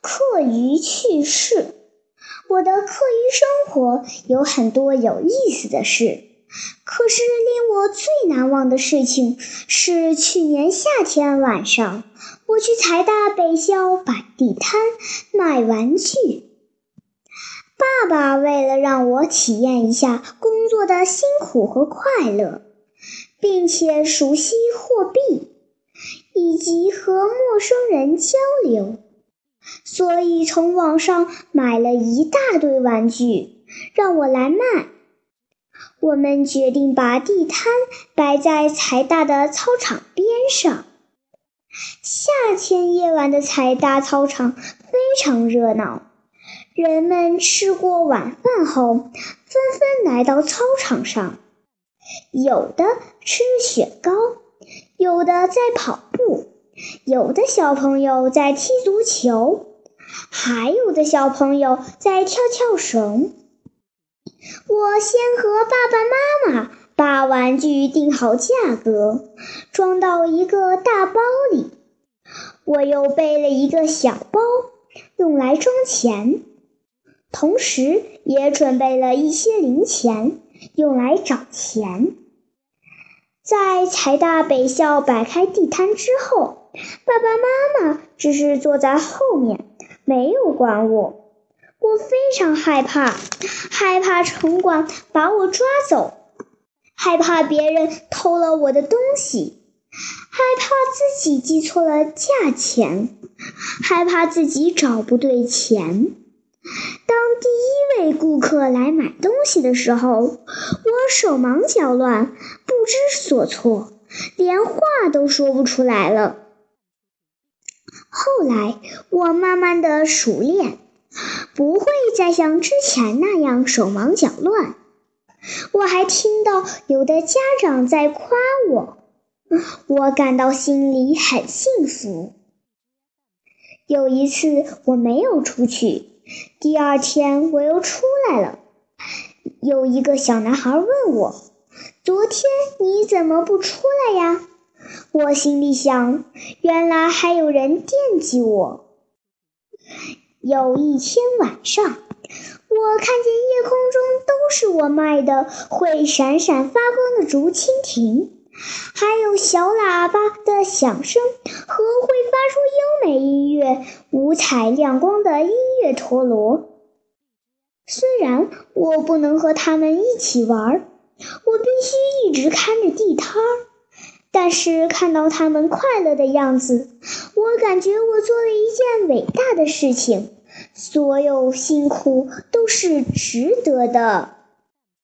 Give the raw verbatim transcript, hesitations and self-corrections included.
课余趣事。我的课余生活有很多有意思的事，可是令我最难忘的事情是去年夏天晚上，我去财大北校摆地摊卖玩具。爸爸为了让我体验一下工作的辛苦和快乐，并且熟悉货币以及和陌生人交流，所以从网上买了一大堆玩具让我来卖。我们决定把地摊摆在财大的操场边上。夏天夜晚的财大操场非常热闹，人们吃过晚饭后纷纷来到操场上，有的吃雪糕，有的在跑步，有的小朋友在踢足球，还有的小朋友在跳跳绳。我先和爸爸妈妈把玩具定好价格，装到一个大包里。我又背了一个小包，用来装钱，同时也准备了一些零钱，用来找钱。在财大北校摆开地摊之后，爸爸妈妈只是坐在后面，没有管我。我非常害怕，害怕城管把我抓走，害怕别人偷了我的东西，害怕自己记错了价钱，害怕自己找不对钱。当第一位顾客来买东西的时候，我手忙脚乱，不知所措，连话都说不出来了。后来我慢慢的熟练，不会再像之前那样手忙脚乱。我还听到有的家长在夸我，我感到心里很幸福。有一次我没有出去，第二天我又出来了。有一个小男孩问我，昨天你怎么不出来呀？我心里想，原来还有人惦记我。有一天晚上，我看见夜空中都是我卖的会闪闪发光的竹蜻蜓，还有小喇叭的响声和会发出优美音乐、五彩亮光的音乐陀螺。虽然我不能和他们一起玩，我必须一直看着地摊儿，但是看到他们快乐的样子，我感觉我做了一件伟大的事情，所有辛苦都是值得的。